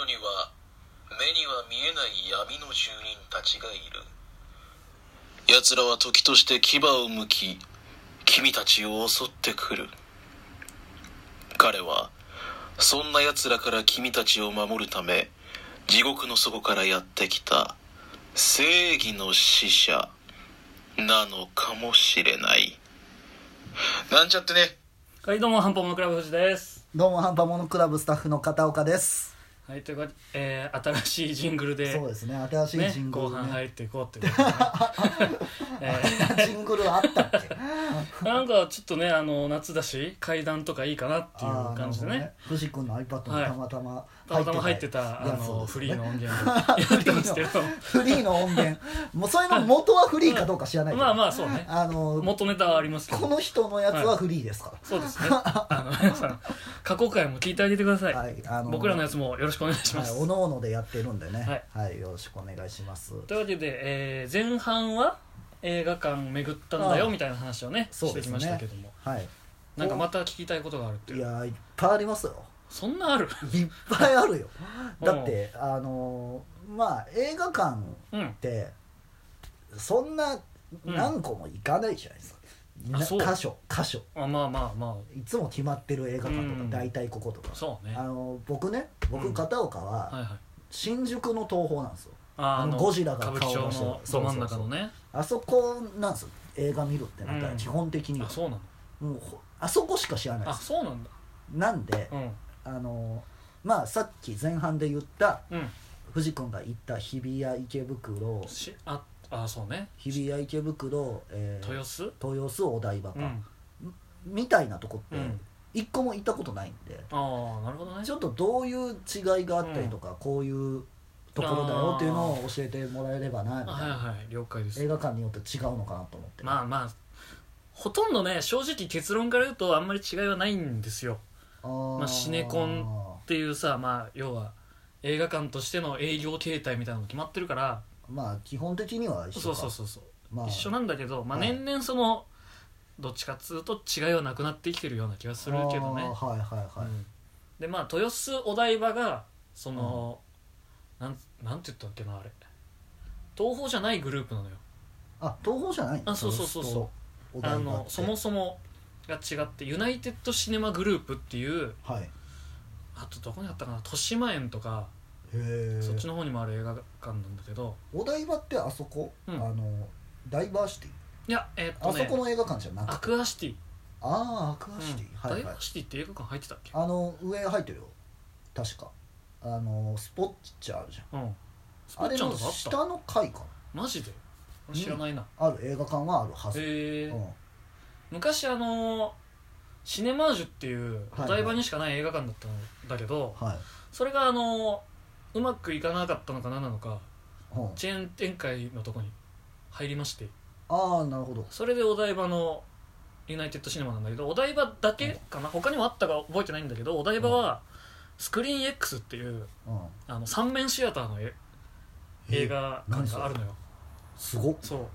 には目には見えない闇の住人たちがいる。奴らは時として牙を向き、君たちを襲ってくる。彼はそんな奴らから君たちを守るため、地獄の底からやってきた正義の使者なのかもしれない。なんちゃってね。 はい、どうもハンパモノクラブ藤です。 どうもハンパモノクラブスタッフの片岡です。 はい、というか、新しいジングルでそうですね、新しいジングル、ね、 後半入っていこうってことで、 ジングルあったっけなんかちょっとね、夏だし怪談とかいいかなっていう感じでね、 藤君の iPad にたまたま入ってたフリーの音源でやってますけどフリーの音源もうそれの元はフリーかどうか知らないけど、 まあそうね、元ネタはありますけど、 この人のやつはフリーですから、 そうですね。皆さん過去回も聞いてあげてください、 はい、 僕らのやつもよろしくお願いします。 おのおのでやってるんでね、はい、よろしくお願いします。 というわけで、前半は映画館巡ったんだよみたいな話をねしてきましたけども、 はい、 なんかまた聞きたいことがあるっていう。 いやいっぱいありますよ。 そんなあるいっぱいあるよだってまあ映画館ってそんな何個も行かないじゃないですか、箇所まあいつも決まってる映画館とか大体こことか、 そうね、 僕片岡は新宿の東宝なんですよ。ゴジラが顔を出してる歌舞伎町のど真ん中のね、 あそこなんですよ。映画見るってなったら基本的には、 そうなの、 もうあそこしか知らないです。 そうなんだ。 なんで、まあさっき前半で言った、藤君が言った日比谷池袋、 そうね、 日比谷池袋、 豊洲お台場か、みたいなとこって一個も行ったことないんで、 なるほどね、 ちょっとどういう違いがあったりとか、こういうところだよっていうのを教えてもらえればなみたいな、 了解です。 映画館によって違うのかなと思って、 まあほとんどね、正直結論から言うとあんまり違いはないんですよ。シネコンっていうさ、要は映画館としての営業形態みたいなの決まってるから、 基本的には一緒か。 そう、一緒なんだけど、年々そのどっちかっつうと違いはなくなってきてるような気がするけどね。で豊洲お台場がその、なんて言ったっけな、あれ東宝じゃないグループなのよ。 東宝じゃないの？ そうそもそもが違って、ユナイテッドシネマグループっていう、あとどこにあったかな、豊島園とかそっちの方にもある映画館なんだけど、 お台場ってあそこ、ダイバーシティ、 いやあそこの映画館じゃなくてアクアシティ。 アクアシティ、 ダイバーシティって映画館入ってたっけ？ 上入ってるよ確か。スポッチャあるじゃん、 スポッチャのとかあった？ 下の階かな。 マジで知らないな。 ある映画館はあるはず。 昔シネマージュっていうお台場にしかない映画館だったんだけど、それがうまくいかなかったのか何なのか、チェーン展開のとこに入りまして、 なるほど。 それでお台場のユナイテッドシネマなんだけど、お台場だけかな、他にもあったか覚えてないんだけど、お台場はスクリーン X っていう、三面シアターの映画館があるのよ。 すごっ。 そう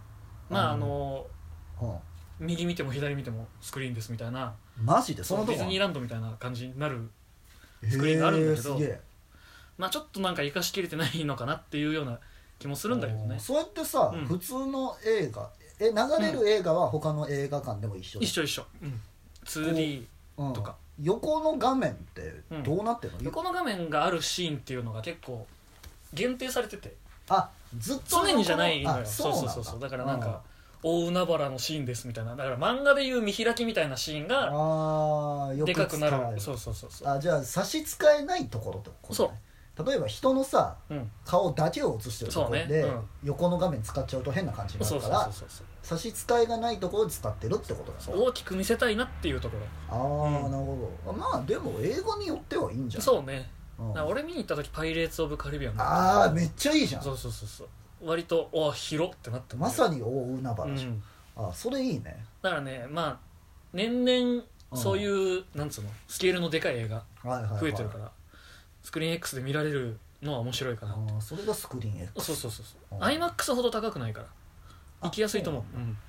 右見ても左見てもスクリーンですみたいな、 マジでそのディズニーランドみたいな感じになるスクリーンがあるんだけど、ちょっとなんか生かしきれてないのかなっていうような気もするんだけどね。 そうやってさ、普通の映画流れる映画は他の映画館でも一緒？ 2D とか、 横の画面ってどうなってるの？ 横の画面があるシーンっていうのが結構限定されてて、 ずっと常にじゃないのよ。 そうだからなんか大海原のシーンですみたいな、だから漫画でいう見開きみたいなシーンがでかくなる。 じゃあ差し支えないところってことね。例えば人のさ、顔だけを映してるところで、横の画面使っちゃうと変な感じになるから、差し支えがないところで使ってるってことだね。 大きく見せたいなっていうところ。 なるほど。でも映画によってはいいんじゃない？ そうね、俺見に行った時パイレーツ・オブ・カリビアンめっちゃいいじゃん。 そう割と広ってなったんだよ。 まさに大海原じゃん。それいいね。 だからね、年々そういうなんつうのスケールのでかい映画増えてるから、スクリーン X で見られるのは面白いかなって。 それがスクリーン X。 そうIMAX ほど高くないから行きやすいと思う。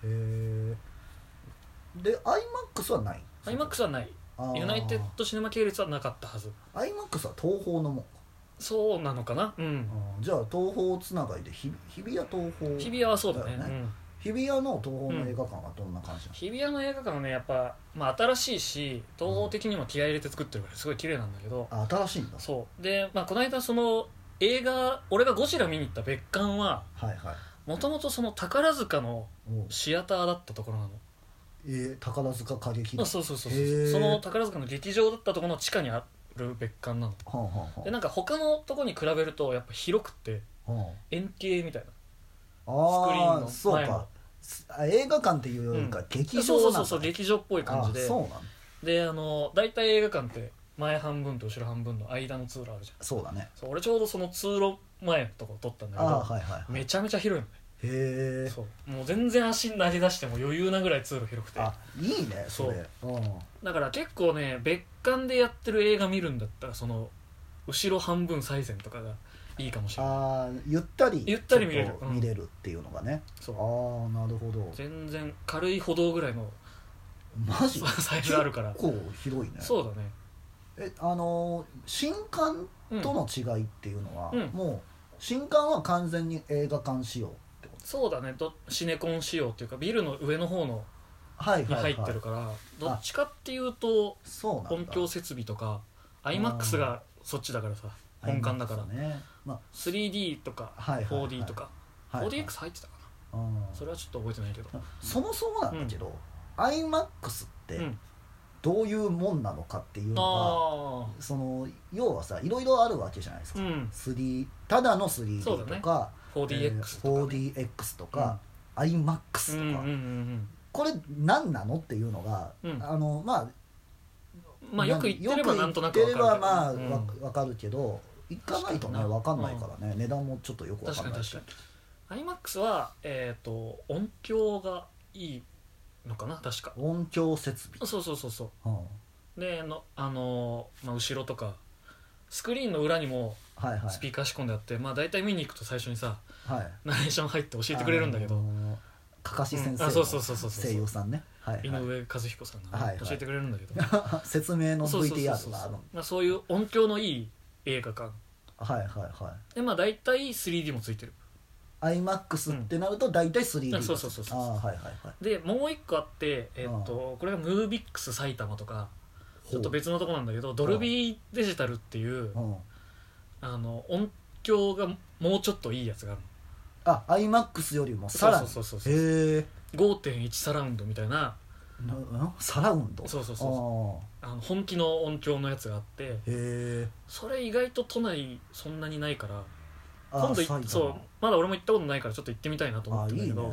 で IMAX はない？ IMAX はない。ユナイテッドシネマ系列はなかったはず。 IMAX は東宝のもん。 そうなのかな。 じゃあ東宝つながりで日比谷東宝、 日比谷はそうだね。 日比谷の東宝の映画館はどんな感じなの？ 日比谷の映画館はねやっぱ、新しいし東宝的にも気合い入れて作ってるからすごい綺麗なんだけど、 新しいんだ。 そうで、この間その映画俺がゴジラ見に行った別館はもともとその宝塚のシアターだったところなの。 宝塚歌劇団。 そうその宝塚の劇場だったところの地下にある別館なの。でなんか他のとこに比べるとやっぱ広くて円形みたいなスクリーンの前も映画館っていうよりか劇場なんだ。 そう劇場っぽい感じで。 そうなんだ。 で大体映画館って前半分と後ろ半分の間の通路あるじゃん。 そうだね。 俺ちょうどその通路前のとこ撮ったんだけど、めちゃめちゃ広いのね。 へえ。 そうもう全然足投げ出しても余裕なぐらい通路広くて。 いいねそれ。 だから結構ね別館でやってる映画見るんだったらその後ろ半分最前とかがいいかもしれない。 ゆったり見れるっていうのがね。 そう。 なるほど。 全然軽い歩道ぐらいのマジサイズあるから。 結構広いね。 そうだね。 新館との違いっていうのは、もう新館は完全に映画館仕様ってこと？ そうだね。シネコン仕様っていうかビルの上の方のに入ってるから、どっちかっていうと音響設備とか IMAX がそっちだからさ、本館だから、3D とか 4D とか 4DX 入ってたかな。それはちょっと覚えてないけど。 そもそもなんだけど、IMAX ってどういうもんなのかっていうのが、その要はさいろいろあるわけじゃないですか。ただの 3D とか 4DX とか IMAX とか、これ何なのっていうのが、 よく言ってればなんとなく分かるけど、 分かるけど行かないとね分かんないからね、値段もちょっとよく分かんないし。 IMAX は音響がいいのかな、確か。 音響設備。 そうで後ろとかスクリーンの裏にもスピーカー仕込んであって、大体見に行くと最初にさ、ナレーション入って教えてくれるんだけど、 かかし先生の声優さんね、 井上和彦さんが教えてくれるんだけど、 説明の VTR がある。 そういう音響のいい映画館で、大体 3D もついてる。 IMAX ってなると大体 3D。 でもう一個あって、これがムービックス埼玉とかちょっと別のとこなんだけど、ドルビーデジタルっていう音響がもうちょっといいやつがあるの。 IMAX よりもさらに。 5.1 サラウンドみたいな。 サラウンド。 本気の音響のやつがあって、それ意外と都内そんなにないから、今度まだ俺も行ったことないからちょっと行ってみたいなと思ってるんだけど。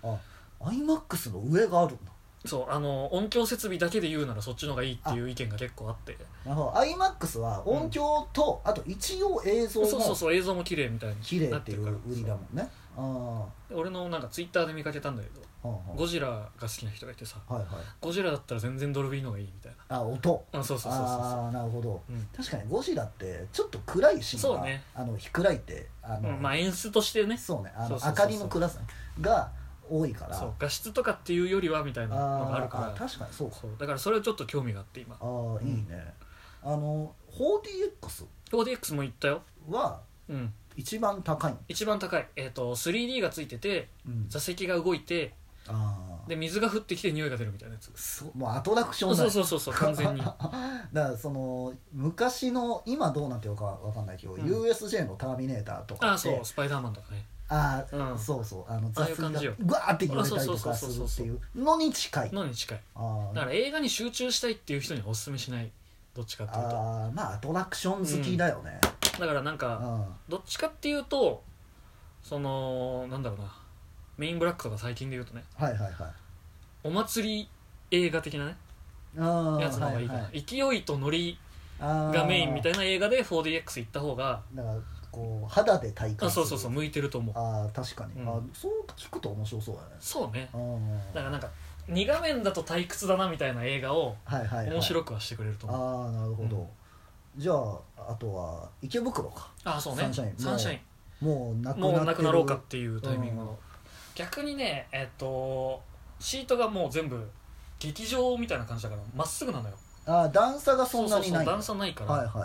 IMAX の上があるんだ。 音響設備だけで言うならそっちの方がいいっていう意見が結構あって、 IMAX は音響と、あと一応映像も映像も綺麗みたいに綺麗っていう売りだもんね。 俺のなんかツイッターで見かけたんだけど、ゴジラが好きな人がいてさ、ゴジラだったら全然ドルビーの方がいいみたいな。 音。なるほど。確かにゴジラってちょっと暗いシーンが、暗いって演出としてね、 そうね、明かりの暗さが多いから、 画質とかっていうよりはみたいなのがあるから。 確かにそうか。 だからそれはちょっと興味があって今。 いいね。4DX も行ったよ。 は一番高い。 一番高い。3D がついてて、座席が動いて、で水が降ってきて匂いが出るみたいなやつ。 もうアトラクションだ。 そう完全に。だからその昔の、今どうなってるかわかんないけど、USJ のターミネーターとかって、 スパイダーマンとかね。 そう座席がグワーって揺れたりとかするっていうのに近い。 だから映画に集中したいっていう人にはおすすめしない。どっちかっていうとアトラクション好きだよね。 だからなんかどっちかっていうと、そのなんだろうな、メインブラックとか最近で言うとね、お祭り映画的なねやつの方がいいかな。勢いとノリがメインみたいな映画で 4DX 行った方が、 だからこう肌で体感する。 向いてると思う。 確かに。そう聞くと面白そうだね。 そうね。だからなんか2画面だと退屈だなみたいな映画を面白くはしてくれると思う。 なるほど。じゃああとは池袋か。 そうね。サンシャインもうなくなろうかっていうタイミングの。逆にね、シートがもう全部劇場みたいな感じだからまっすぐなのよ。 段差がそんなにない。 段差ないから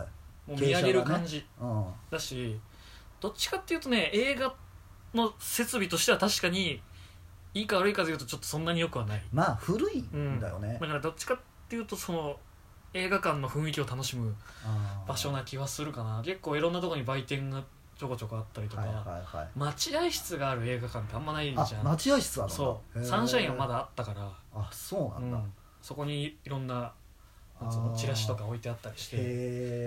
もう見上げる感じだし、どっちかっていうとね映画の設備としては確かにいいか悪いかでいうとちょっとそんなによくはない。 まあ古いんだよね、 だからどっちかっていうとその映画館の雰囲気を楽しむ場所な気はするかな。結構いろんなところに売店がちょこちょこあったりとか、待合室がある映画館ってあんまないじゃん。 待合室あるの？ そうサンシャインはまだあったから、 そうなんだ、 そこにいろんなチラシとか置いてあったりして、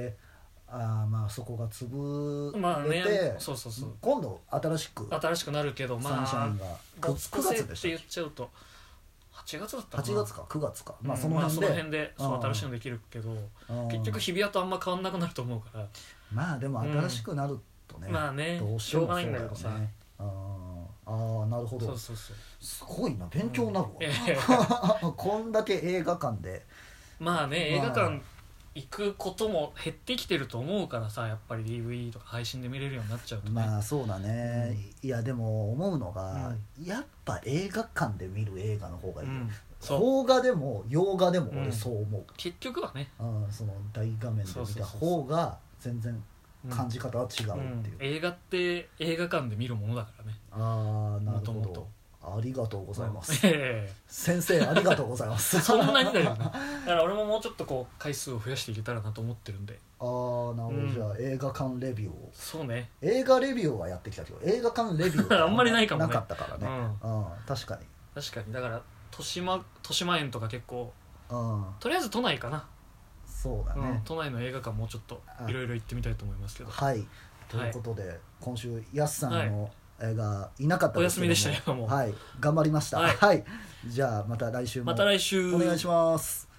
まあそこが潰れて、 まあね、そう今度新しくなるけど、 サンシャインが 9月でしたって言っちゃうと8月だったかな、 8月か9月か、まあその辺で新しいのできるけど、結局日比谷とあんま変わんなくなると思うから、 まあでも新しくなるとね、 まあね、 どうしようがないんだけどさ、なるほど、すごいな、勉強になるわ、こんだけ映画館でまあね、映画館行くことも減ってきてると思うからさ、やっぱり DVD とか配信で見れるようになっちゃうとね。 まあそうだね、いやでも思うのが、やっぱ映画館で見る映画の方がいい、邦画でも洋画でも俺そう思う、 結局はね、 その大画面で見た方が全然感じ方は違うっていう、 映画って映画館で見るものだからね。 なるほど、ありがとうございます、先生ありがとうございますそんなにだよね。だから俺ももうちょっとこう回数を増やしていけたらなと思ってるんで。 なるほど、じゃあ映画館レビューを。 そうね、 映画レビューはやってきたけど映画館レビューはあんまりないかもね、 なかったからね、確かにだから豊島園とか結構、とりあえず都内かな。 そうだね、 都内の映画館もうちょっといろいろ行ってみたいと思いますけど。 はいということで、今週やすさんの映画いなかったですけども、 お休みでしたよ、もう。 頑張りました。はい、じゃあまた来週もお願いします。